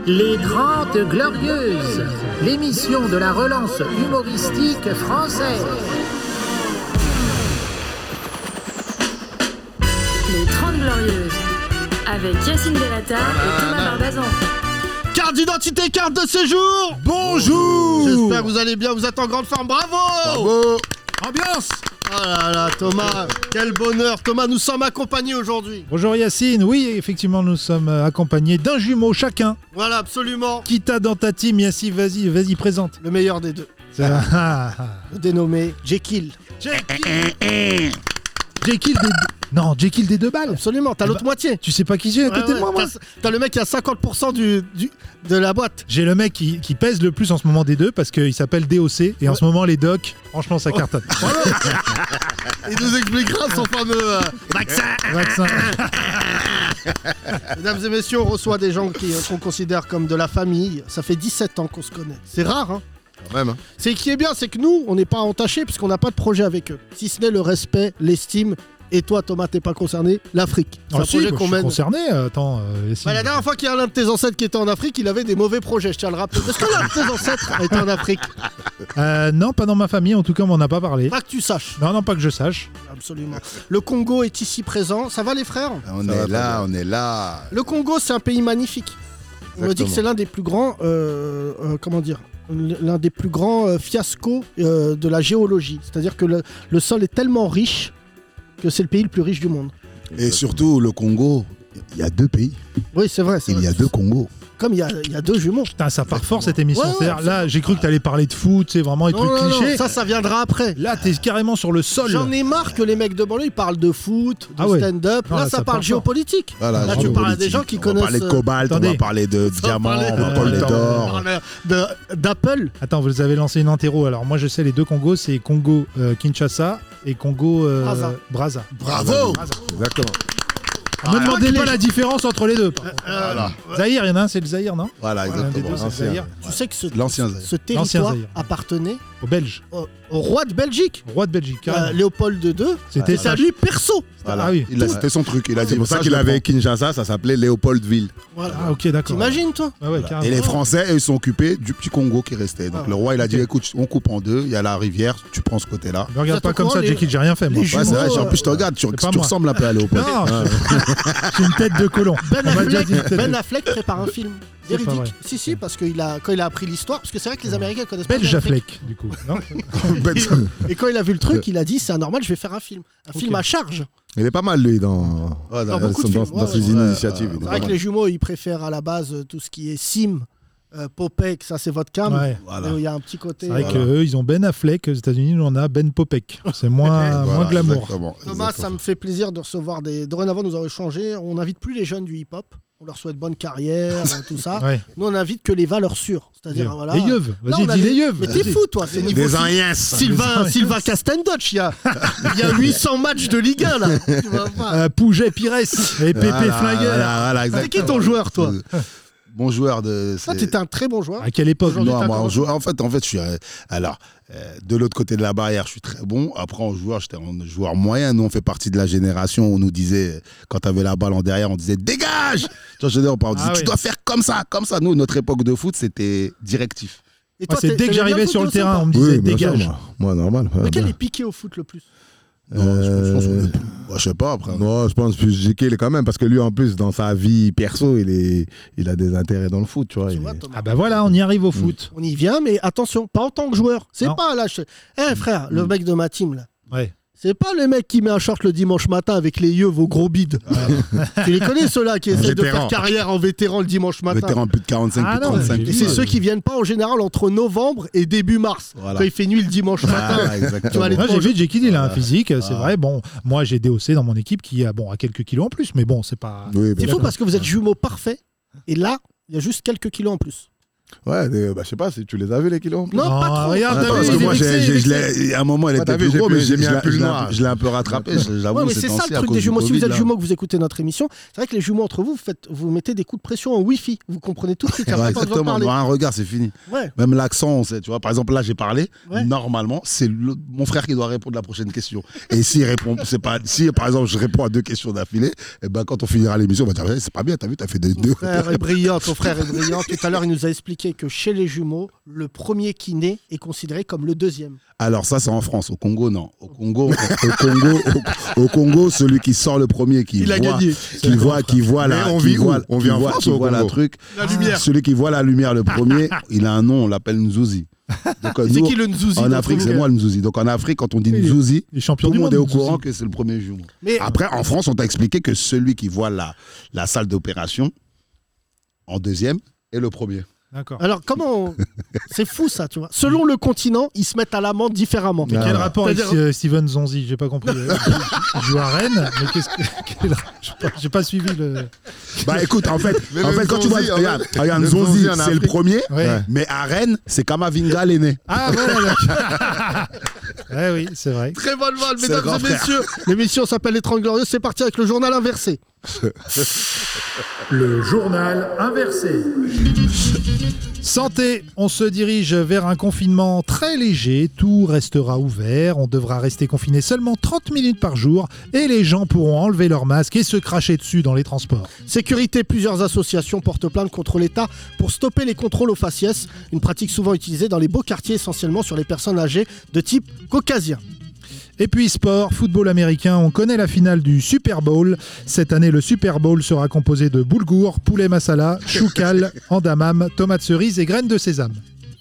Les Grandes Glorieuses, l'émission de la relance humoristique française. Les 30 Glorieuses, avec Yacine Delata et Thomas Barbazan. Carte d'identité, carte de séjour. Bonjour. J'espère que vous allez bien, vous êtes en grande forme, bravo. Bravo. Ambiance. Oh là là, Thomas, quel bonheur. Thomas, nous sommes accompagnés aujourd'hui. Bonjour Yacine, oui, effectivement, nous sommes accompagnés d'un jumeau chacun. Voilà, absolument. Qui t'a dans ta team, Yacine, vas-y, présente. Le meilleur des deux. Le dénommé Jekyll. Jekyll des deux balles. Absolument, t'as l'autre moitié. Tu sais pas qui c'est à côté de moi. T'as le mec qui a 50% de la boîte. J'ai le mec qui pèse le plus en ce moment des deux parce qu'il s'appelle DOC et en ce moment les docs, franchement ça cartonne. Il nous expliquera son fameux vaccin. Mesdames et messieurs, on reçoit des gens qu'on considère comme de la famille. Ça fait 17 ans qu'on se connaît. C'est rare, hein. Même, hein. C'est qui est bien, c'est que nous, on n'est pas entachés puisqu'on n'a pas de projet avec eux. Si ce n'est le respect, l'estime. Et toi, Thomas, t'es pas concerné. L'Afrique. C'est un projet qu'on mène. Je suis concerné. Attends. La dernière fois qu'il y a l'un de tes ancêtres qui était en Afrique, il avait des mauvais projets. Je tiens à le rappeler. Est-ce que l'un de tes ancêtres était en Afrique? Non, pas dans ma famille. En tout cas, on m'en a pas parlé. Pas que tu saches. Non, pas que je sache. Absolument. Le Congo est ici présent. Ça va, les frères? On est là. Le Congo, c'est un pays magnifique. On me dit que c'est l'un des plus grands. L'un des plus grands fiascos de la géologie. C'est-à-dire que le sol est tellement riche que c'est le pays le plus riche du monde. Et surtout, le Congo, il y a deux pays. Oui, c'est vrai. Il y a deux Congos. Comme il y a deux jumeaux. Putain, ça part fort cette émission. C'est-à-dire, là, j'ai cru que t'allais parler de foot, c'est vraiment les trucs clichés. Non, ça viendra après. Là, t'es carrément sur le sol. J'en ai marre que les mecs de banlieue, ils parlent de foot, de stand-up. Là, ça parle géopolitique. Voilà, là, tu parles à des gens qui connaissent. On va parler de cobalt, on va parler de diamants, on va parler d'or. D'Apple. Attends, vous avez lancé une interro. Alors, moi, je sais les deux Congos, c'est Congo Kinshasa et Congo Brazza. Bravo. Exactement. Ne me demandez pas la différence entre les deux. Zaïre, il y en a un, c'est le Zaïre, non? Voilà, exactement. Tu sais que l'ancien ce territoire appartenait aux Belges. Au roi de Belgique. Roi de Belgique, carrément. Léopold II. C'était à lui perso. Voilà. C'était son truc. Il a dit, c'est pour ça qu'il avait Kinshasa, ça s'appelait Léopoldville. Voilà. Ah, ok, d'accord. T'imagines, toi? Et les Français, eux, ils sont occupés du petit Congo qui restait. Donc le roi, il a dit, écoute, on coupe en deux, il y a la rivière, tu prends ce côté-là. Ne regarde pas comme ça, Jekyll, j'ai rien fait, moi. Ouais, c'est vrai, en plus, je te regarde, tu ressembles un peu à Léopold. Non, j'ai une tête de colon. Ben Affleck prépare un film. Véridique. Si, parce que quand il a appris l'histoire, parce que c'est vrai que les Américains connaissent pas. Belge Affleck, du coup. Non. Et quand il a vu le truc, il a dit c'est anormal, je vais faire un film. Un film à charge. Il est pas mal, lui, dans ses initiatives. C'est vrai que les jumeaux, ils préfèrent à la base tout ce qui est Sim, Popek, ça c'est votre cam. Ouais. Il y a un petit côté. C'est vrai qu'eux, ils ont Ben Affleck. Aux États-Unis, nous on a Ben Popek. C'est moins glamour. Exactement. Thomas, ça me fait plaisir de recevoir des. Dorénavant, nous avons changé. On n'invite plus les jeunes du hip-hop. On leur souhaite bonne carrière, tout ça. Ouais. Nous, on n'invite que les valeurs sûres. C'est-à-dire, voilà. Les yeux. Vas-y, dis les yeux. Mais t'es fou, toi. C'est niveau des Agnès. Sylvain Castendotch. Il y a 800 matchs de Ligue 1, là. Pouget Pires et Pépé Flingueur. C'est qui ton joueur, toi? Bon joueur de. Ah, t'étais un très bon joueur. À quelle époque? Non, moi, en fait, je suis. Alors, de l'autre côté de la barrière, je suis très bon. Après, en joueur, j'étais un joueur moyen. Nous, on fait partie de la génération où on nous disait, quand t'avais la balle en derrière, on disait dégage. On disait, tu dois faire comme ça. Nous, notre époque de foot, c'était directif. Et toi, c'est dès que j'arrivais sur le terrain, on me disait dégage. Moi, normal. Lequel est piqué au foot le plus? Je sais pas après. Non, je pense plus Jekyll quand même parce que lui en plus dans sa vie perso il a des intérêts dans le foot, tu vois. Ah bah voilà, on y arrive au foot. On y vient, mais attention, pas en tant que joueur. C'est pas là. Frère, le mec de ma team là. Ouais. C'est pas le mec qui met un short le dimanche matin avec les yeux, vos gros bides. Tu les connais ceux-là qui essaient de faire carrière en vétéran le dimanche matin. Vétéran plus de 45, plus de 35. Et c'est ceux qui viennent pas en général entre novembre et début mars. Voilà. Quand il fait nuit le dimanche matin. Moi j'ai vu Jekyll, il a un physique, c'est vrai. Bon, moi j'ai DOC dans mon équipe qui a quelques kilos en plus, mais bon, c'est pas. C'est fou parce que vous êtes jumeaux parfaits et là, il y a juste quelques kilos en plus. Ouais, je sais pas si tu les as vus les kilos. Non, pas trop. Regarde, parce que moi, à un moment, elle était plus gros, mais j'ai mis un pull noir. Je l'ai un peu rattrapé, j'avoue. Ouais, mais c'est ça le truc des jumeaux. Si vous êtes jumeaux, que vous écoutez notre émission, c'est vrai que les jumeaux entre vous, vous mettez des coups de pression en Wi-Fi. Vous comprenez tout de suite. Exactement, dans un regard, c'est fini. Ouais. Même l'accent, on sait. Tu vois, par exemple, là, j'ai parlé. Ouais. Normalement, c'est mon frère qui doit répondre à la prochaine question. Et s'il répond, c'est pas. Si, par exemple, je réponds à 2 questions d'affilée, et ben quand on finira l'émission, on va dire c'est pas bien, t'as vu, t'as fait 2. Ton frère est brillant. Tout à l'heure, il nous a expliqué que chez les jumeaux, le premier qui naît est considéré comme le deuxième. Alors ça, c'est en France. Au Congo, non. Au Congo, celui qui sort le premier, qui voit la truc. La lumière. Celui qui voit la lumière le premier, il a un nom, on l'appelle Nzouzi. C'est qui le Nzouzi? En Afrique, c'est moi le Nzouzi. Donc en Afrique, quand on dit Nzouzi, tout le monde est au courant que c'est le premier jumeau. Après, en France, on t'a expliqué que celui qui voit la salle d'opération en deuxième est le premier. D'accord. Alors, c'est fou ça, tu vois. Selon le continent, ils se mettent à l'amende différemment. Mais quel rapport avec Steven Zonzi? J'ai pas compris. Il joue à Rennes, mais j'ai pas suivi le. Bah écoute, en fait quand tu vois, regarde, Zonzi, c'est le premier, mais à Rennes, c'est Kamavinga l'aîné. Ah voilà. Oui, c'est vrai. Très bonne vanne, mesdames et messieurs. L'émission s'appelle Les 30 Glorieuses. C'est parti avec le journal inversé. Le journal inversé. Santé, on se dirige vers un confinement très léger, tout restera ouvert, on devra rester confiné seulement 30 minutes par jour et les gens pourront enlever leur masque et se cracher dessus dans les transports. Sécurité, plusieurs associations portent plainte contre l'État pour stopper les contrôles aux faciès, une pratique souvent utilisée dans les beaux quartiers, essentiellement sur les personnes âgées de type caucasien. Et puis sport, football américain, on connaît la finale du Super Bowl. Cette année, le Super Bowl sera composé de boulgour, poulet masala, choukal, andamam, tomates cerises et graines de sésame.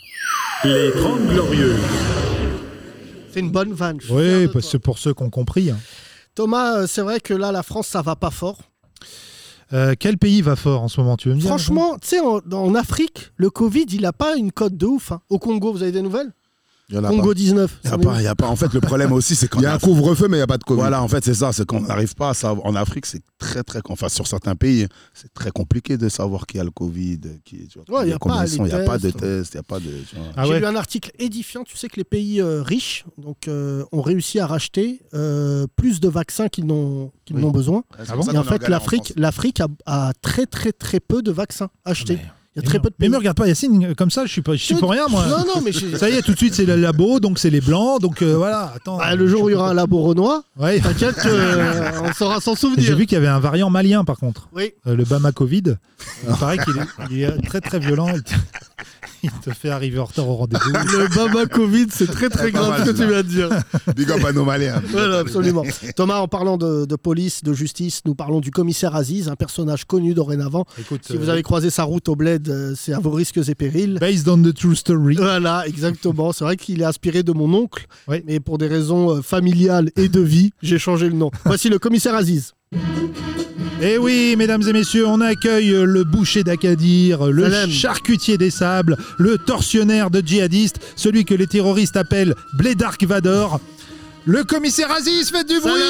Les 30 Glorieuses. C'est une bonne vanne. Oui, parce que c'est pour ceux qui ont compris. Hein. Thomas, c'est vrai que là, la France, ça va pas fort. Quel pays va fort en ce moment, tu veux me dire? Franchement, tu sais, en Afrique, le Covid, il n'a pas une cote de ouf. Hein. Au Congo, vous avez des nouvelles? Congo 19. Il y a pas. En fait, le problème aussi, c'est qu'il y a un couvre-feu, mais il n'y a pas de Covid. Voilà, en fait, c'est ça. C'est qu'on n'arrive pas à savoir. En Afrique, c'est très, enfin, sur certains pays, c'est très compliqué de savoir qui a le Covid. Il n'y a pas de tests. J'ai lu un article édifiant. Tu sais que les pays riches ont réussi à racheter plus de vaccins qu'ils n'ont besoin. Et en fait, l'Afrique a très, très, très peu de vaccins achetés. Il y a très peu de pays. Mais me regarde pas, Yacine, comme ça, je suis pour rien, moi. Non, mais ça y est, tout de suite, c'est le labo, donc c'est les blancs, donc voilà. Attends. Le jour où il y aura un labo renois, t'inquiète, on saura s'en souvenir. J'ai vu qu'il y avait un variant malien, par contre. Oui. Le Bama Covid. Il paraît qu'il est très, très violent. Il te fait arriver en retard au rendez-vous. Le Bama Covid, c'est très, très grave ce que tu viens de dire. Big up à nos Maliens. Voilà, absolument. Thomas, en parlant de police, de justice, nous parlons du commissaire Aziz, un personnage connu dorénavant. Écoute, si vous avez croisé sa route au bled, c'est à vos risques et périls. Based on the true story. Voilà, exactement. C'est vrai qu'il est inspiré de mon oncle, mais pour des raisons familiales et de vie, j'ai changé le nom. Voici le commissaire Aziz. Eh oui, mesdames et messieurs, on accueille le boucher d'Agadir, le charcutier des sables, le tortionnaire de djihadistes, celui que les terroristes appellent Blédark Vador. Le commissaire Aziz, faites du bruit.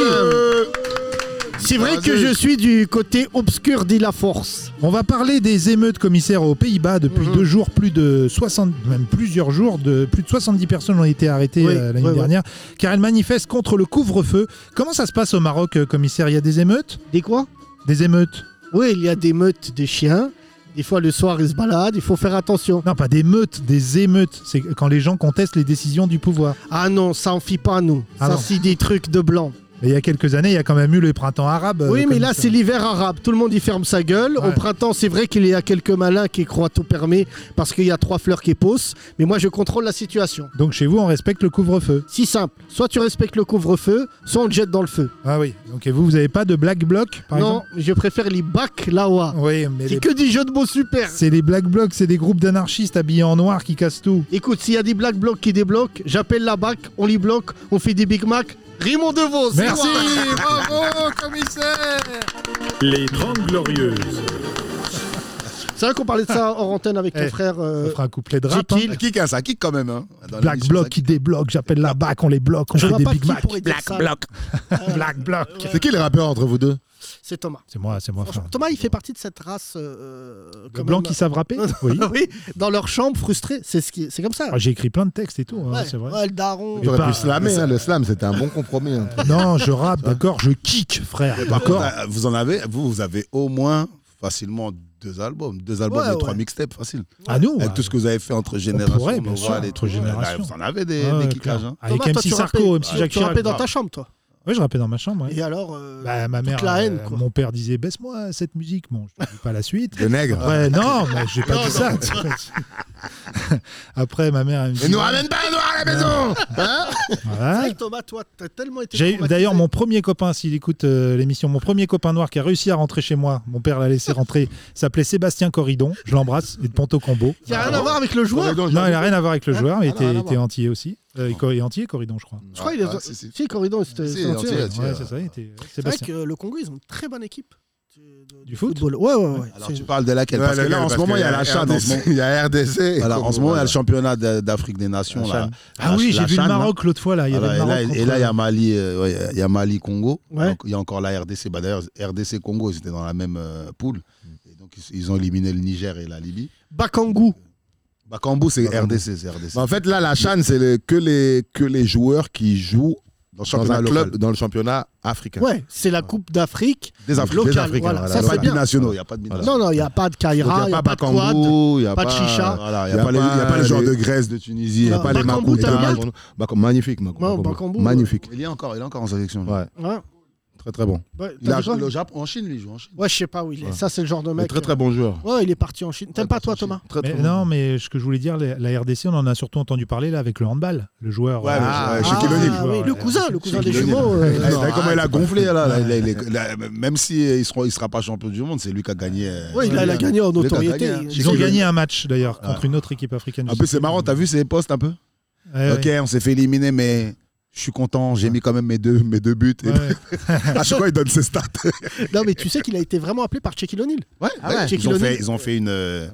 C'est vrai que je suis du côté obscur de la force. On va parler des émeutes commissaires aux Pays-Bas depuis 2 jours, plus de 60, même plusieurs jours, plus de 70 personnes ont été arrêtées l'année dernière, car elles manifestent contre le couvre-feu. Comment ça se passe au Maroc, commissaire? Il y a des émeutes? Des quoi? Des émeutes. Oui, il y a des meutes des chiens. Des fois, le soir, ils se baladent, il faut faire attention. Non, pas des meutes, des émeutes. C'est quand les gens contestent les décisions du pouvoir. Ah non, ça en fit pas à nous. Ça, c'est des trucs de blanc. Mais il y a quelques années, il y a quand même eu le printemps arabe. Oui, mais là, c'est l'hiver arabe. Tout le monde y ferme sa gueule. Ouais. Au printemps, c'est vrai qu'il y a quelques malins qui croient tout permis parce qu'il y a 3 fleurs qui poussent. Mais moi, je contrôle la situation. Donc chez vous, on respecte le couvre-feu? Si simple. Soit tu respectes le couvre-feu, soit on te jette dans le feu. Ah oui. Donc et vous n'avez pas de black bloc, par exemple? Non, je préfère les baklawa. Oui, mais c'est que des jeux de mots super. C'est les black blocs, c'est des groupes d'anarchistes habillés en noir qui cassent tout. Écoute, s'il y a des black blocs qui débloquent, j'appelle la BAC, on les bloque, on fait des Big Mac. Raymond Devos. Merci, bravo, commissaire. Les 30 Glorieuses. C'est vrai qu'on parlait de ça hors antenne avec ton frère. Ça fera un couplet de rap. Ça kick quand même. Hein. Black Bloc qui débloque, j'appelle la BAC, on les bloque, on fait des Big Mac. Black Bloc. Black Bloc. C'est qui les rappeurs entre vous deux? C'est Thomas. C'est moi. Frère. Thomas, il fait partie de cette race. Les blancs qui savent rapper. Oui. Oui, dans leur chambre, frustrés. C'est comme ça. J'ai écrit plein de textes et tout, c'est vrai. Ouais, le daron. Tu aurais pu slammer, le slam, c'était un bon compromis. Non, je rappe, d'accord, je kick, frère. Par contre, vous avez au moins facilement 2 albums et 3 mixtapes, facile. À nous. Avec tout ce que vous avez fait entre générations, entre générations. Vous en avez des kickages. Avec MC Sarko, MC Jacques Chirac. Tu rappais dans ta chambre, toi. Oui, je rappais dans ma chambre. Ouais. Et alors, ma mère, la haine, quoi. mon père disait baisse-moi cette musique. Bon, je ne dis pas la suite. Le nègre. Ouais, non, mais je n'ai pas dit ça. Après, ma mère, elle me dit. Mais nous ramène pas un noir à la maison. C'est vrai que Thomas, toi, t'as tellement été. D'ailleurs, mon premier copain, s'il écoute l'émission, mon premier copain noir qui a réussi à rentrer chez moi, mon père l'a laissé rentrer, s'appelait Sébastien Corridon. Je l'embrasse, et de Ponto Combo. Il n'y a rien à voir avec le joueur. Non, il n'a rien à voir avec le joueur, mais il était antillais aussi. Il est antillais, Corridon, je crois. Je crois qu'il est. Si, Corridon, c'était antillais. Ouais, c'est ça. C'est vrai que le Congo, ils ont une très bonne équipe. Du football. Ouais. Alors tu parles de laquelle? Parce que là, en ce moment, il y a la CHAN. Il y a RDC. Alors, en ce moment, il y a le championnat d'Afrique des Nations. Ah oui, j'ai vu le Maroc l'autre fois. Et là, il y a Mali, il y a Mali-Congo. Ouais. Il y a encore la RDC. D'ailleurs, RDC-Congo, ils étaient dans la même poule. Et donc, ils ont éliminé le Niger et la Libye. Bakangu, c'est RDC. En fait, là, la CHAN, c'est que les joueurs qui jouent dans un club dans le championnat africain. Ouais, c'est la Coupe d'Afrique. Des Africains. Voilà, ça, c'est bien. Il n'y a pas de binationaux. Non, il n'y a pas de Kaira, il n'y a pas de Quad, pas de Chicha. Il n'y a pas les joueurs de Grèce, de Tunisie. Il n'y a pas les Bakambu, Magnifique. Magnifique. Il est encore en sélection. Ouais. Très très bon. Il a joué au Japon, en Chine, il joue en Chine. Ouais, je sais pas où il est. Ça, c'est le genre de mec. Très très bon joueur. Ouais, il est parti en Chine. T'aimes pas toi, Thomas? Non, mais ce que je voulais dire, la RDC, on en a surtout entendu parler là avec le handball, le joueur. Shaquille O'Neal. Oui, le cousin des jumeaux. Comment il a gonflé là. Même s'il sera pas champion du monde, c'est lui qui a gagné. Oui, il a gagné en notoriété. Ils ont gagné un match d'ailleurs contre une autre équipe africaine. En plus, c'est marrant. T'as vu ses posts un peu? Ok, on s'est fait éliminer, mais. Je suis content, j'ai mis quand même mes deux buts. À chaque fois, il donne ses stats. Non, mais tu sais qu'il a été vraiment appelé par Shaquille O'Neal. Ils ont fait une.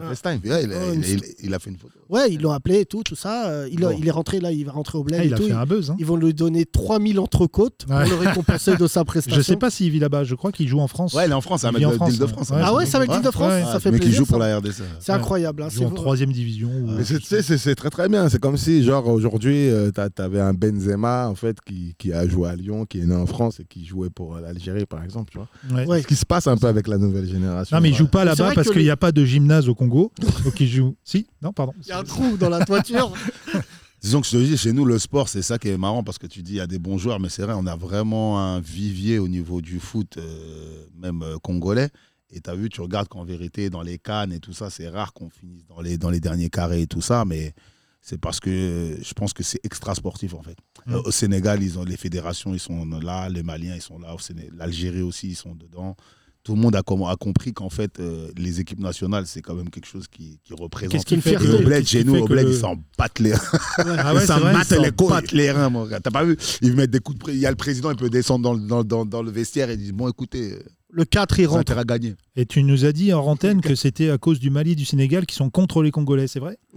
Il a fait une photo. Ouais, ils l'ont appelé et tout ça. Il est rentré là, il va rentrer au Bled. Il a fait un buzz. Ils vont lui donner 3000 entrecôtes pour le récompenser de sa prestation. Je sais pas s'il vit là-bas, je crois qu'il joue en France. Ouais, il est en France, c'est un mec d'Île-de-France. Ah ouais, c'est avec l'Île-de-France. Ça fait plaisir. Mais qui joue pour la RDC. C'est incroyable. Il joue en 3e division. C'est très très bien. C'est comme si, genre, aujourd'hui, t'avais un Benzema en fait qui a joué à Lyon, qui est né en France et qui jouait pour l'Algérie par exemple, tu vois. Ouais. Ce qui se passe un peu avec la nouvelle génération. Non, mais il joue pas là-bas parce qu'il n'y a pas de gymnase au Congo. Donc il joue. Si, non, pardon. Il y a un trou dans la toiture. Disons que je te dis, chez nous, le sport, c'est ça qui est marrant parce que tu dis il y a des bons joueurs, mais c'est vrai, on a vraiment un vivier au niveau du foot, même congolais. Et tu as vu, tu regardes qu'en vérité, dans les CAN et tout ça, c'est rare qu'on finisse dans les derniers carrés et tout ça, mais c'est parce que je pense que c'est extra sportif en fait. Au Sénégal, les fédérations, ils sont là, les Maliens, ils sont là, l'Algérie aussi, ils sont dedans. Tout le monde a compris qu'en fait, les équipes nationales, c'est quand même quelque chose qui représente. Qu'est-ce qui fait au Bled, chez nous, au Bled, ils s'en battent les reins. Ils s'en battent les reins, mon gars. T'as pas vu? Ils mettent des coups de il y a le président, il peut descendre dans le vestiaire et dire bon, écoutez, le 4, il rentre. Intérêt à gagner. Et tu nous as dit en antenne que c'était à cause du Mali et du Sénégal qui sont contre les Congolais, c'est vrai?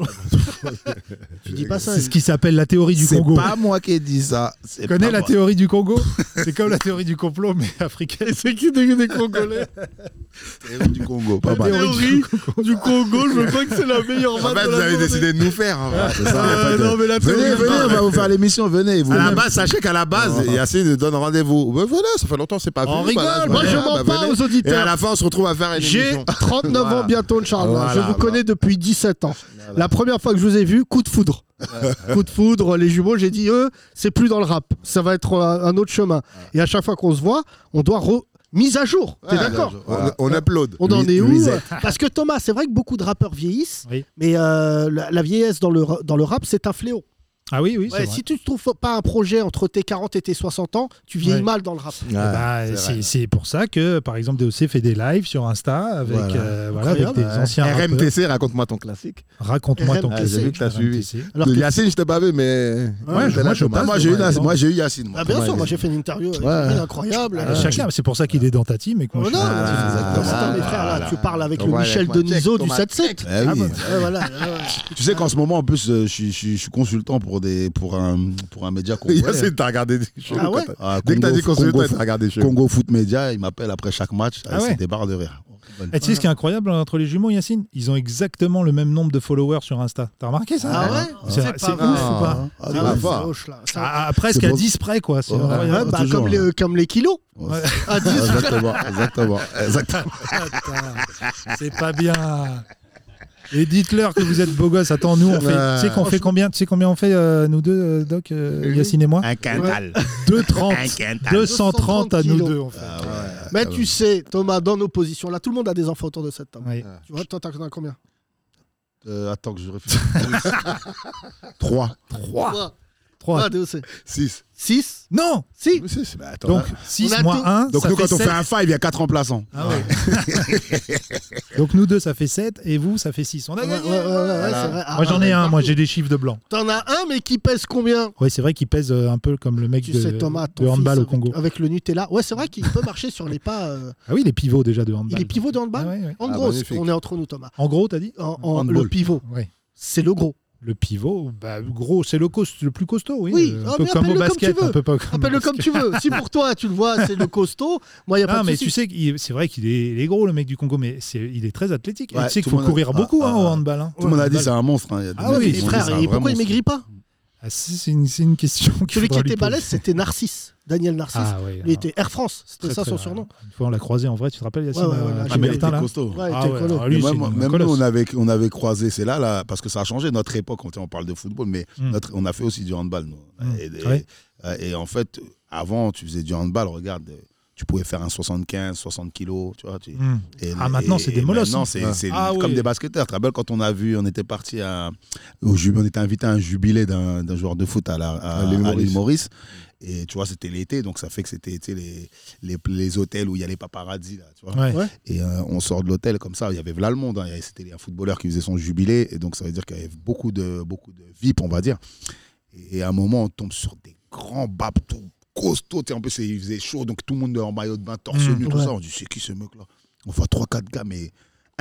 Tu dis pas ça. C'est ce qui s'appelle la théorie du Congo. C'est pas moi qui ai dit ça. Tu connais la théorie du Congo? C'est comme la théorie du complot, mais africaine. C'est qui des Congolais? Théorie du Congo, pas mal. Théorie du Congo, je veux pas que c'est la meilleure vanne. En fait, vous avez décidé de nous faire. C'est ça. Non, mais la théorie. Venez, on va vous faire l'émission, venez. À la base, sachez qu'à la base, Yacine donne rendez-vous. Venez, ça fait longtemps, c'est pas vu. On rigole, moi je mens pas aux auditeurs. Et à la fin, on se retrouve à faire une émission. J'ai 39 ans bientôt, Inch'Allah. Voilà, je vous connais depuis 17 ans. La première fois que je vous ai vu, coup de foudre. Coup de foudre, les jumeaux, j'ai dit, c'est plus dans le rap. Ça va être un autre chemin. Et à chaque fois qu'on se voit, on doit mise à jour. T'es d'accord? On upload. On en est où? Parce que Thomas, c'est vrai que beaucoup de rappeurs vieillissent, mais la vieillesse dans le rap, c'est un fléau. Ah oui, c'est vrai. Si tu ne trouves pas un projet entre tes 40 et tes 60 ans, tu vieillis mal dans le rap. C'est pour ça que, par exemple, DOC fait des lives sur Insta avec, avec des anciens rappeurs. RMTC, raconte-moi ton classique. Raconte-moi ton classique. J'ai vu que tu as suivi. Yacine, je t'ai pas vu, mais. Moi, j'ai eu Yacine. Bien sûr, moi j'ai fait une interview incroyable. Chacun, c'est pour ça qu'il est dans ta team. Non, mes frères, tu parles avec le Michel Denisot du 7-7. Tu sais qu'en ce moment, en plus, je suis consultant pour pour un média congolais. Yacine, t'as regardé chelou. Ah ouais Dès que t'as dit consultant, t'as regardé chelou. Congo Foot Média, il m'appelle après chaque match. Ah ouais. C'est des barres de rire. Et tu sais ce qui est incroyable entre les jumeaux, Yacine, ils ont exactement le même nombre de followers sur Insta. T'as remarqué ça? Ah ouais? C'est C'est ouf pas ou vrai. pas? Ah, Ah, ouais, va. c'est hoche, là. Ça- Presque C'est à bon. 10 près, quoi. C'est Ouais. incroyable. Ouais, bah, toujours, comme les kilos. Ouais. À 10. Exactement. Attends, c'est pas bien. Et dites-leur que vous êtes beau gosse. Attends, nous, on fait. Tu sais qu'on fait combien? Tu sais combien on fait, nous deux, Doc, Yacine et moi? Un quintal. 230. 230 à nous kilos. deux, on fait. Mais tu sais, Thomas, dans nos positions, là, tout le monde a des enfants autour de cette table. Oui. Tu vois, toi, t'en as combien? Attends que je réfléchisse. 3. 3. Ah, DOC. 6. 6? Non! Si. Donc, 6 On a moins tout. 1. Donc ça nous, quand on 7. fait un 5, il y a 4 remplaçants. Ah ouais. Donc nous deux, ça fait 7. Et vous, ça fait 6. On a Ouais, gagné. c'est vrai. Ah, Moi, j'en ai ouais, un. partout. Moi, j'ai des chiffres de blanc. T'en as un, mais qui pèse combien? Oui, c'est vrai qu'il pèse un peu comme le mec Tu de, sais, Thomas, ton de fils, handball au Congo. avec le Nutella. Ouais, c'est vrai qu'il peut marcher sur les pas. Ah oui, les pivots déjà de handball. Il est pivot de handball. Ah ouais, ouais. En Ah, gros, magnifique. on est entre nous, Thomas. En gros, t'as dit? Le pivot, Ouais. c'est le gros. Le pivot, bah, gros, c'est le plus costaud, oui. Oui, un ah, peu mais comme au appelle-le comme basket. tu veux. Un peu pas comme Appelle-le au comme basket. tu veux. Si pour toi, tu le vois, c'est le costaud, moi, il n'y a pas Non, de mais souci. tu sais, c'est vrai qu'il est, il est gros, le mec du Congo, mais il est très athlétique. Et Ouais, tu sais qu'il tout faut le monde- courir beaucoup au handball. Hein. Tout le monde a dit c'est un monstre. Hein. Il y a des Ah mecs oui, qui Et ont dit frère, c'est un et vrai pourquoi il monstre. maigrit pas? Ah, c'est une question. qu'il Celui qui faudra lui était poser. balèze, c'était Narcisse. Daniel Narcisse. Ah ouais. Il était Air France, c'était Très, ça très son rare. surnom. Une fois, on l'a croisé en vrai, tu te rappelles, Yacine? Ouais, à ah, mais il Bertin, était là. costaud. Ouais, il Ah était ouais, colo. alors lui, Mais c'est même une nous, colosse. on avait croisé, c'est là, parce que ça a changé notre époque. On parle de football, mais on a fait aussi du handball, nous. Ouais. Et en fait, avant, tu faisais du handball, regarde, tu pouvais faire un 75, 60 kilos, tu vois. Maintenant, c'est des molosses. Maintenant, c'est Ah comme oui. des basketteurs. Tu te rappelles quand on était parti on était invité à un jubilé d'un joueur de foot à l'île Maurice. Et tu vois, c'était l'été, donc ça fait que c'était les hôtels où il y a les paparazzis, là, tu vois. Ouais. Et on sort de l'hôtel comme ça, il y avait là le monde, hein. C'était un footballeur qui faisait son jubilé, et donc ça veut dire qu'il y avait beaucoup de VIP, on va dire. Et à un moment, on tombe sur des grands babs tout costauds, en plus il faisait chaud, donc tout le monde en maillot de bain, torse nu, tout ça. On dit, c'est qui ce mec-là? On voit 3-4 gars, mais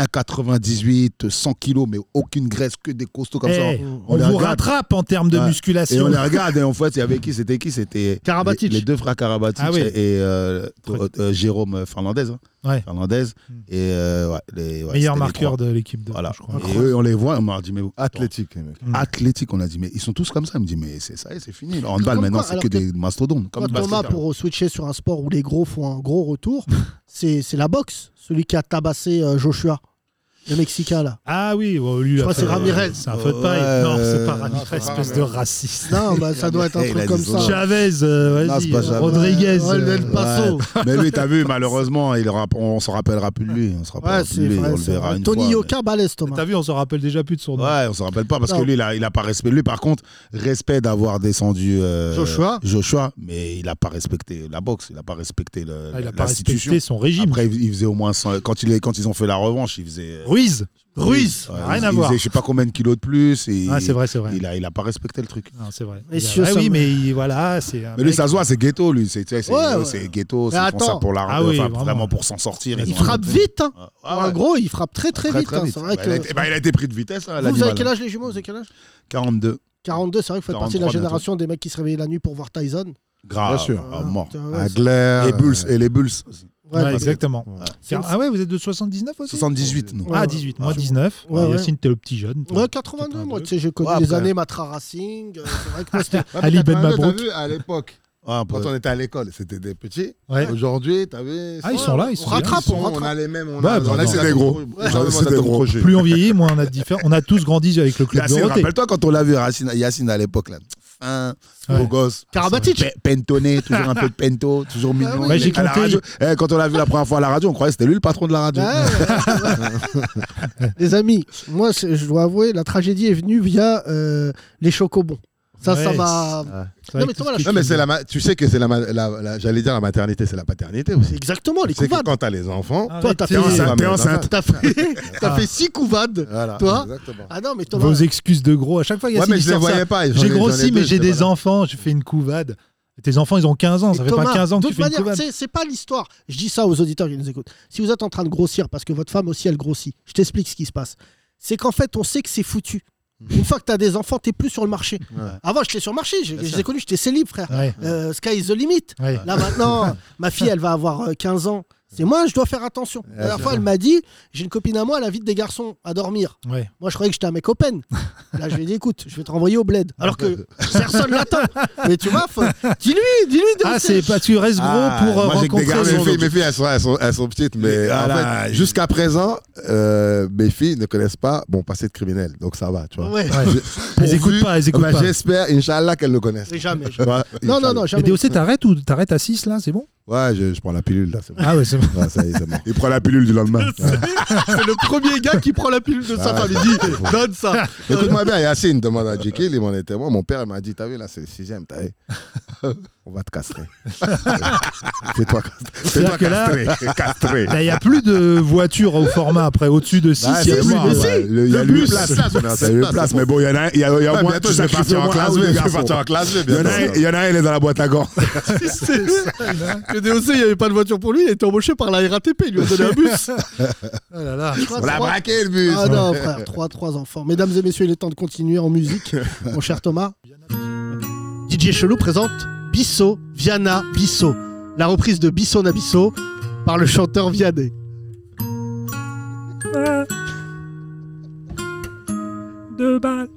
1,98, 100 kilos, mais aucune graisse, que des costauds comme ça. On les vous regarde. rattrape en termes de Ouais. Et musculation. on les regarde, et en fait, il y avait qui? C'était Karabatic. les deux frères Karabatic Ah oui. et Jérôme Fernandez. Hein. Ouais. Fernandez. Et Meilleur c'était les marqueur trois. de l'équipe de Voilà. je crois. Et eux, on les voit, on m'a dit, mais Athlétique, les mecs. athlétique, on a dit, mais ils sont tous comme ça. Il me dit, mais c'est ça, c'est fini. Le handball, Comme maintenant, quoi, c'est alors que que- des mastodontes. Comme Toi, le Thomas, basket. pour switcher sur un sport où les gros font un gros retour, c'est la boxe. Celui qui a tabassé Joshua, le Mexicain, là. Ah oui, bon, lui, Je crois que c'est Ramirez. C'est un feu de paille. Ouais, Non, c'est pas non, Ramirez, c'est pas espèce de raciste. Non, bah, ça doit être un Il a truc dit comme son ça. nom. Chavez, Non, vas-y, c'est pas Chavez. Rodriguez. Ouais, El Paso. Ouais. Mais lui, t'as vu, malheureusement, on s'en rappellera plus de lui. On se rappellera Ouais, plus c'est de lui. vrai. On le c'est verra vrai. une Tony fois. Yoka, balèze, Thomas. T'as vu, on se rappelle déjà plus de son nom. Ouais, on se rappelle pas parce Non. que lui, il a pas respecté. Lui, par contre, respect d'avoir descendu Joshua, mais il a pas respecté la boxe, il a pas respecté Ah, il a pas l'institution. respecté son régime. Après, il faisait au moins 100, quand ils ont fait la revanche, il faisait Ruiz. Ouais, Rien à il voir. faisait je sais pas combien de kilos de plus. Et Ah, c'est vrai. Il a pas respecté le truc. Non, c'est vrai. Messieurs, Ah ça oui, me- mais voilà, c'est. un Mais lui, mec- ça se voit, c'est ghetto, lui. C'est Ouais. ghetto, Mais c'est font ça attends. pour la Ah oui, vraiment. vraiment. Pour s'en sortir. il ils ont- frappe vite. Hein. Ah, En ouais. gros, il frappe très très Très, vite. très hein. vite. C'est vrai Bah, que... il a été pris de vitesse, hein, Vous l'animal. avez quel âge, les jumeaux? Vous avez quel âge? 42. 42, c'est vrai que vous faites partie de la 43 génération des mecs qui se réveillent la nuit pour voir Tyson. Grave. Bien sûr. Mort. Ouais, Agler. Les Bulls. Ouais, bah, exactement. c'est- Ah ouais, vous êtes de 79 aussi 78, non. Ah, Ouais, 18. Moi, ouais. 19. Ouais, Yacine, t'es le petit jeune. toi. Ouais, 82, moi, tu sais, j'ai connu Ouais, les après. années Matra Racing. C'est vrai que moi, c'était. Ali Ben T'as Mabrouk. vu, à l'époque, Ah, quand on était à l'école, c'était des petits. Ouais. Aujourd'hui, t'as vu. Ah, ils sont là, ils on sont rattrape, bien. on rattrape. On a les mêmes. Bah, on a c'est des gros. C'est des gros. Plus on vieillit, moins on a de différents. On a tous grandi avec le club Yacine, Dorothée. rappelle-toi quand on l'a vu Yacine à l'époque, là. Fin, Ouais. beau gosse. Karabatic. Pentonné, toujours un peu de pento, toujours mignon. oui. Ouais, j'ai À la compté. radio, quand on l'a vu la première fois à la radio, on croyait que c'était lui le patron de la radio. Les amis, moi, je dois avouer, la tragédie est venue via les chocobons. Ça Ouais, m'a. C'est vrai Non, mais que Thomas, tout ce là, Non, qui- mais tu sais que c'est j'allais dire la maternité, c'est la paternité aussi. Exactement, les Tu sais que couvades. quand t'as les enfants, Toi, t'as Arrêtez. fait, T'es enceinte. t'as fait 6 couvades. voilà. Toi Exactement. Ah non, mais Thomas. Vos excuses de gros. À chaque fois, Ouais, Yacine, mais il je les sort ça. voyais pas. J'ai grossi, mais j'ai des enfants. enfants. J'ai fait une couvade. Et tes enfants, ils ont 15 ans. Ça fait Thomas, pas 15 ans que de tu fais toute une manière, couvade. c'est pas l'histoire. Je dis ça aux auditeurs qui nous écoutent. Si vous êtes en train de grossir, parce que votre femme aussi, elle grossit, je t'explique ce qui se passe. C'est qu'en fait, on sait que c'est foutu. Une fois que tu as des enfants, tu n'es plus sur le marché. Avant, j'étais sur le marché, je les ai connus, j'étais célib, frère. Sky is the limit. Là, maintenant, ma fille, elle va avoir 15 ans. C'est moi, je dois faire attention. La dernière fois, elle m'a dit, j'ai une copine à moi, elle invite des garçons à dormir. Moi, je croyais que j'étais un mec open. Là, je lui ai dit, écoute, je vais te renvoyer au bled. Alors que personne l'attend. Mais tu vois, dis-lui. C'est pas tu restes gros pour moi, rencontrer mes filles, elles sont petites, mais en fait, jusqu'à présent, mes filles ne connaissent pas mon passé de criminel. Donc ça va, tu vois. Elles écoutent pas. J'espère, Inch'Allah, qu'elles le connaissent. Jamais. Non, jamais. Mais DOC, t'arrêtes à 6 là, c'est bon? Ouais, je prends la pilule là, c'est bon. Ah ouais, c'est bon. Ouais, ça y est, c'est bon. Il prend la pilule du lendemain. C'est le premier gars qui prend la pilule de sa femme. Il dit, donne ça. Écoute-moi bien, Yacine demande à Jekyll, il m'en est témoin. Mon père m'a dit, t'as vu là, c'est le 6e, t'as vu. On va te castrer. Fais-toi castrer. Il n'y a plus de voitures au format après, au-dessus de 6, il y a plus de il y a 8 places. Il y a 8 places, mais bon, il y a moins. Bientôt, je vais partir en classe V. Il y en a un, il est dans la boîte à gants. Que DOC, il n'y avait pas de voiture pour lui, il a été embauché par la RATP, il lui a donné un bus. On l'a braqué le bus. Ah non, frère, 3 enfants. Mesdames et messieurs, il est temps de continuer en musique. Mon cher Thomas. DJ Chelou présente Bisso, Viana, Bisso. La reprise de Bisso Nabisso par le chanteur Vianney. Deux balles.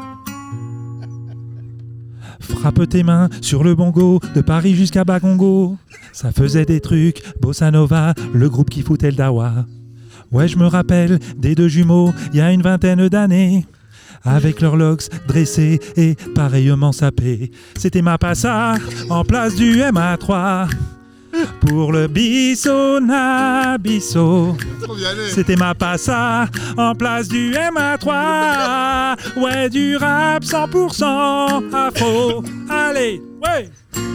Frappe tes mains sur le bongo, de Paris jusqu'à Bakongo. Ça faisait des trucs, Bossa Nova, le groupe qui foutait le dawa. Ouais, je me rappelle des deux jumeaux, il y a une vingtaine d'années. Avec leurs locks dressés et pareillement sapés. C'était ma passa en place du MA3. Pour le Bisso Nabisso. C'était ma passa en place du MA3. Ouais, du rap 100% afro. Allez, ouais.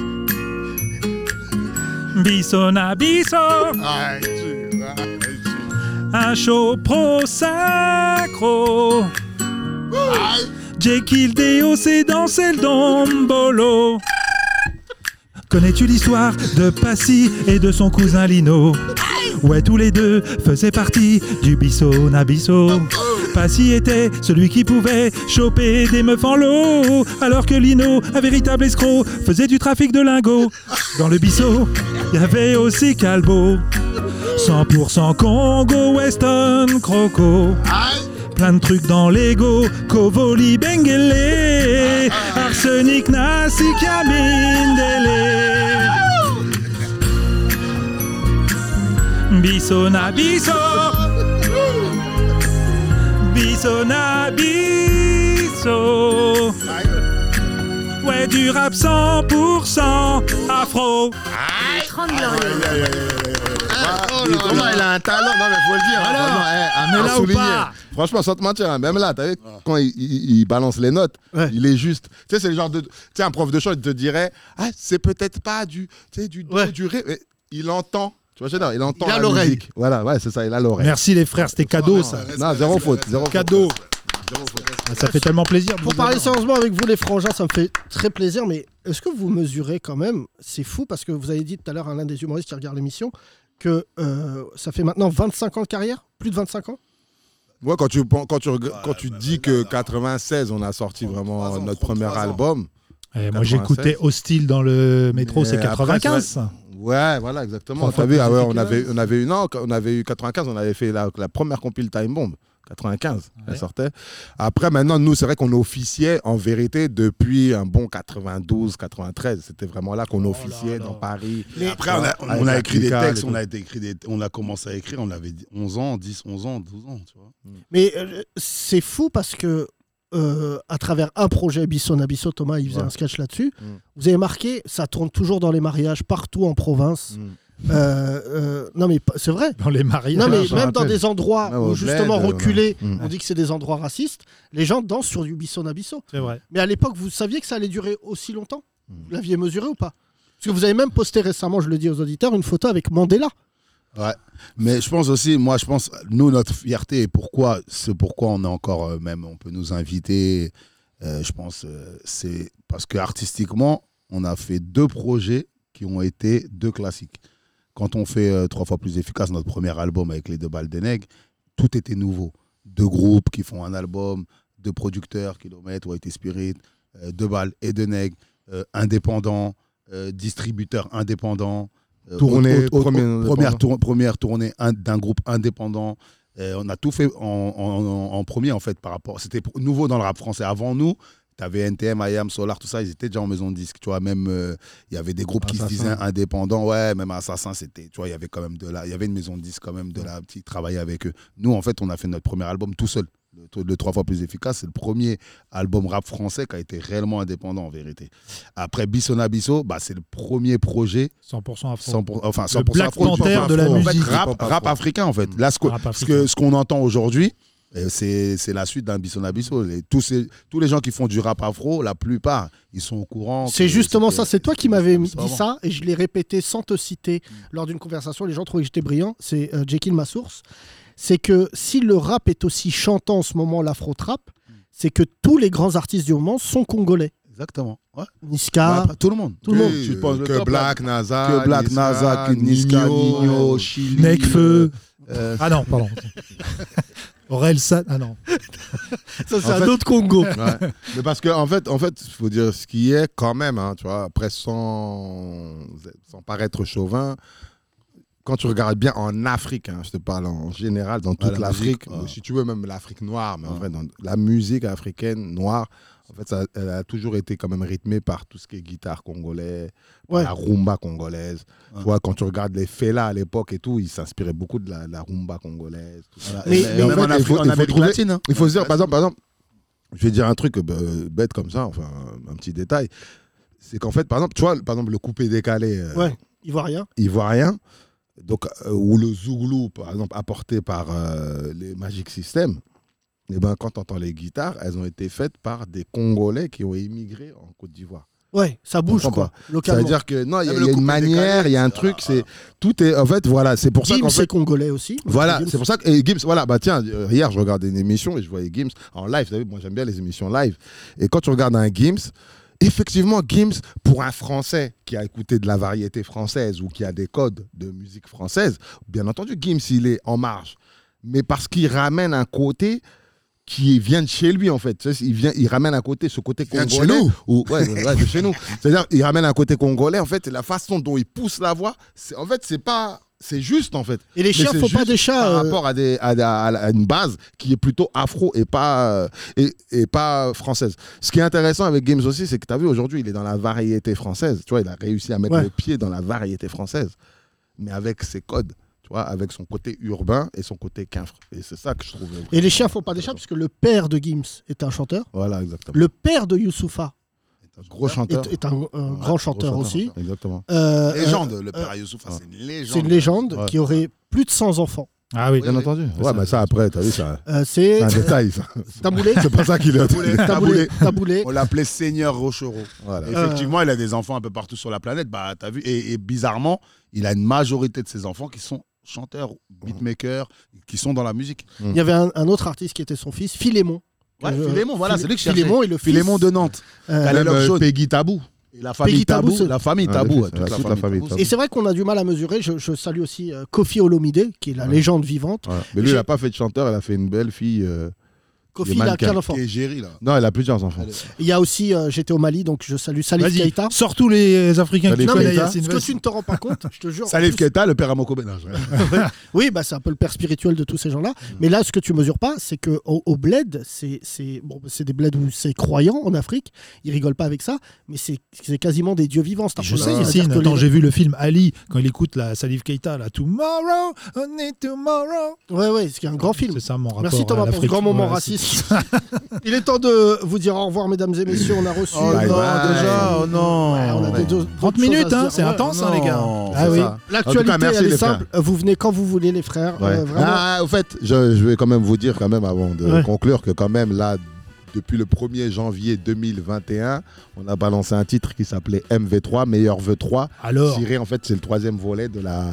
Bisso Nabisso. Un show pro synchro. Jekyll DOC dansait le dombolo. Connais-tu l'histoire de Passy et de son cousin Lino? Ouais, tous les deux faisaient partie du Bisso Nabisso. Passy était celui qui pouvait choper des meufs en lot, alors que Lino, un véritable escroc, faisait du trafic de lingots. Dans le Bisso, il y avait aussi Calbo. 100% Congo, Weston, Croco. Plein de trucs dans l'ego, Kovoli, Bengele, Arsenic, Nasi, Kamindele. Bisso Nabisso. Bisso Nabisso. Ouais, du rap 100% afro. 30 glorieux. Thomas, il a un talent, non mais faut le dire. Mais là ou pas? Franchement, sans te mentir, hein, même là, t'as vu, quand il balance les notes, il est juste. Tu sais, c'est le genre de. Tu sais, un prof de chant, il te dirait, ah, c'est peut-être pas du ré. Mais il entend. Tu vois, il entend. Il a la l'oreille. musique. Voilà, ouais, c'est ça, il a l'oreille. Merci les frères, c'était cadeau ça. Non, zéro faute. Cadeau. Ça fait tellement plaisir. Pour parler sérieusement avec vous les frangins, ça me fait très plaisir, mais est-ce que vous mesurez quand même, c'est fou parce que vous avez dit tout à l'heure à l'un des humoristes qui regarde l'émission, que ça fait maintenant 25 ans de carrière, plus de 25 ans. Ouais, quand tu dis que 96, on a sorti vraiment notre premier album. Moi j'écoutais Hostile dans le métro, c'est 95. Ouais, voilà, exactement. T'as vu, on avait eu 95, on avait fait la première compile Time Bomb. 95, elle sortait. Après, maintenant, nous, c'est vrai qu'on officiait en vérité depuis un bon 92, 93. C'était vraiment là qu'on officiait dans Paris. Mais après, on a écrit des textes, on a commencé à écrire, on avait 11 ans, 10, 11 ans, 12 ans, tu vois. Mais c'est fou parce que à travers un projet Bisso Nabisso, Thomas, il faisait un sketch là-dessus. Vous avez marqué, ça tourne toujours dans les mariages, partout en province. Non mais c'est vrai. Dans les mariages. Non mais même dans des endroits où justement reculés, on dit que c'est des endroits racistes, les gens dansent sur du Bisso Nabisso. C'est vrai. Mais à l'époque, vous saviez que ça allait durer aussi longtemps? Vous l'aviez mesuré ou pas? Parce que vous avez même posté récemment, je le dis aux auditeurs, une photo avec Mandela. Ouais, mais je pense aussi, nous, notre fierté et c'est pourquoi on est encore, même, on peut nous inviter, je pense, c'est parce qu'artistiquement, on a fait 2 projets qui ont été 2 classiques. Quand on fait 3 fois plus efficace, notre premier album avec les 2 balles des nègres, tout était nouveau. 2 groupes qui font un album, de producteurs, Kilomètre, White Spirit, De Balles et De Nègre, indépendants, distributeurs indépendants, première tournée d'un groupe indépendant. On a tout fait en premier, en fait, par rapport. C'était nouveau dans le rap français. Avant nous, tu avais NTM, IAM, Solar, tout ça, ils étaient déjà en maison de disque. Tu vois, même, il y avait des groupes qui se disaient indépendants. Ouais, même Assassin, c'était. Tu vois, il y avait quand même il y avait une maison de disque, quand même, qui travaillait avec eux. Nous, en fait, on a fait notre premier album tout seul. Le 3 fois plus efficace, c'est le premier album rap français qui a été réellement indépendant en vérité. Après Bissona Bisso, c'est le premier projet 100% afro. 100% le Black afro, Panther de la en musique. fait, rap africain en fait. Là, ce qu'on entend aujourd'hui, c'est la suite d'un Bissona Bisso. Tous les gens qui font du rap afro, la plupart, ils sont au courant. C'est justement ça, c'est toi qui m'avais dit ça, et je l'ai répété sans te citer lors d'une conversation. Les gens trouvaient que j'étais brillant. C'est Jekyll, ma source. C'est que si le rap est aussi chantant en ce moment, l'afro-trap, c'est que tous les grands artistes du moment sont congolais. Exactement. Ouais. Niska, tout le monde. Tout le monde. Tu penses que Black, Naza, Niska, Nino, Chili. Nekfeu. Ah non, pardon. Aurel San. Ah non. Ça, c'est un autre Congo. Ouais. Mais parce qu'en fait, il faut dire ce qui est quand même, hein, tu vois, après sans paraître chauvin. Quand tu regardes bien en Afrique, je te parle en général, dans toute l'Afrique, si tu veux même l'Afrique noire, mais en vrai, dans la musique africaine noire, en fait, elle a toujours été quand même rythmée par tout ce qui est guitare congolais, la rumba congolaise. Ouais. Tu vois, quand tu regardes les Fela à l'époque et tout, ils s'inspiraient beaucoup de la rumba congolaise. Voilà. Mais même en Afrique, en Amérique latine. Hein. Il faut se dire, par exemple, je vais dire un truc bête comme ça, enfin un petit détail, c'est qu'en fait, par exemple, le coupé décalé. Ivoirien. Donc, ou le Zouglou, par exemple, apporté par les Magic System, et quand tu entends les guitares, elles ont été faites par des Congolais qui ont émigré en Côte d'Ivoire. Ouais, ça bouge quoi, localement. C'est-à-dire que non, il y a une manière, il y a un truc, tout est en fait voilà, c'est pour ça qu'en fait c'est congolais aussi. Voilà, c'est pour ça que Gims, voilà, tiens, hier je regardais une émission et je voyais Gims en live, vous savez, moi j'aime bien les émissions live. Et quand tu regardes un Gims, effectivement, Gims, pour un Français qui a écouté de la variété française ou qui a des codes de musique française, bien entendu, Gims, il est en marge. Mais parce qu'il ramène un côté qui vient de chez lui, en fait. Il ramène un côté, ce côté congolais. De chez nous. De chez nous. C'est-à-dire, il ramène un côté congolais, en fait, la façon dont il pousse la voix, en fait, c'est pas... C'est juste en fait. Et les chiens font pas des chats. Par rapport à une base qui est plutôt afro et pas française. Ce qui est intéressant avec Gims aussi, c'est que tu as vu aujourd'hui, il est dans la variété française. Tu vois, il a réussi à mettre le pied dans la variété française, mais avec ses codes. Tu vois, avec son côté urbain et son côté quinfre. Et c'est ça que je trouve. Et les chiens font pas des chats, puisque le père de Gims est un chanteur. Voilà, exactement. Le père de Youssoufa. Gros chanteur. Est un grand chanteur aussi. Exactement. Légende, le père Youssoufa, c'est une légende. C'est une légende qui aurait plus de 100 enfants. Ah oui, bien entendu. Ouais, ça après, t'as vu ça. C'est un détail, ça. Taboulé. C'est pas ça qu'il a. Taboulé. On l'appelait Seigneur Rochereau. Voilà. Effectivement, il a des enfants un peu partout sur la planète. Bah, t'as vu. Et bizarrement, il a une majorité de ses enfants qui sont chanteurs, beatmakers, qui sont dans la musique. Il y avait un autre artiste qui était son fils, Philémon. Ouais, Philémon, voilà, c'est lui que je cherchais. Philémon et le Philémon de Nantes. Peggy Tabou. Et la famille Tabou. La famille Tabou. Toute la famille Tabou. Et c'est vrai qu'on a du mal à mesurer. Je salue aussi Kofi Olomide, qui est la légende vivante. Ouais. Mais lui, il n'a pas fait de chanteur, il a fait une belle fille. Kofi, il a quel enfant? Là. Non, il a plusieurs enfants. Il y a aussi, j'étais au Mali, donc je salue Salif Keita. Sors tous les Africains qui connaissent Yacine. Ce que tu ne te rends pas compte, je te jure. Salif Keita, le père Amoko Benage. Oui, c'est un peu le père spirituel de tous ces gens-là. Mais là, ce que tu mesures pas, c'est qu'au bled, c'est des bleds où c'est croyant en Afrique. Ils rigolent pas avec ça, mais c'est quasiment des dieux vivants. Je sais, Yacine. Attends, j'ai vu le film Ali, quand il écoute la Salif Keita, là, Tomorrow, on est tomorrow. Ouais, c'est un grand film. C'est ça mon rapport. Merci Thomas pour ce grand moment raciste. Il est temps de vous dire au revoir, mesdames et messieurs. On a reçu. Oh non. On a 30 minutes, c'est intense, les gars. Ah oui. L'actualité, elle est simple. Vous venez quand vous voulez, les frères. Au fait, je vais quand même vous dire, quand même, avant de conclure, que quand même, là, depuis le 1er janvier 2021, on a balancé un titre qui s'appelait MV3, Meilleur Vœu 3. Alors, tiré, en fait, c'est le 3e volet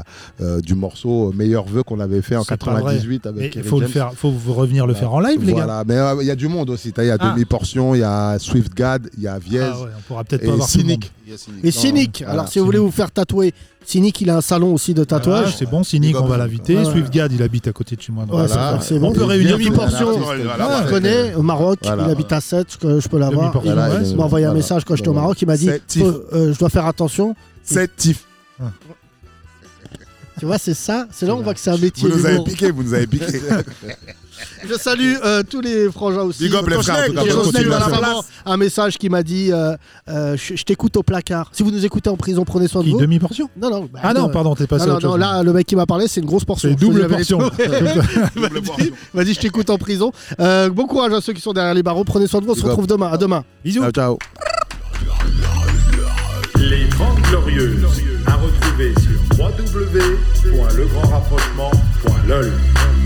du morceau Meilleur Vœu qu'on avait fait en 98 avec Kerry James. Faut revenir le faire en live, les gars. Voilà, mais il y a du monde aussi. Il y a Demi-Portion, il y a Swift God, il y a Viez. On pourra peut-être pas avoir Cynic. Et Cynic. Alors, si vous voulez vous faire tatouer Cynic, il a un salon aussi de tatouage. Ah, c'est bon, Cynic, on va l'inviter. Swiftgad, il habite à côté de chez moi. C'est bon. On peut réunir demi-portion. Je connais au Maroc, il habite à 7, je peux l'avoir. Il m'a envoyé un message quand j'étais au Maroc, il m'a dit je dois faire attention. 7 tifs. Tu vois, c'est ça. C'est là où on voit que c'est un métier. Vous nous avez piqué. Je salue tous les frangins aussi. Big up les frères. J'ai reçu récemment un message qui m'a dit je t'écoute au placard. Si vous nous écoutez en prison, prenez soin de vous. Demi-portion ? Non. Ah non, pardon, t'es passé à autre chose. Là, le mec qui m'a parlé, c'est une grosse portion. C'est double portion. Il m'a dit je t'écoute en prison. Bon courage à ceux qui sont derrière les barreaux. Prenez soin de vous. On se retrouve demain. À demain. Bisous. Ciao. Les 30 Glorieuses, à retrouver sur www.legrandrapprochement.lol.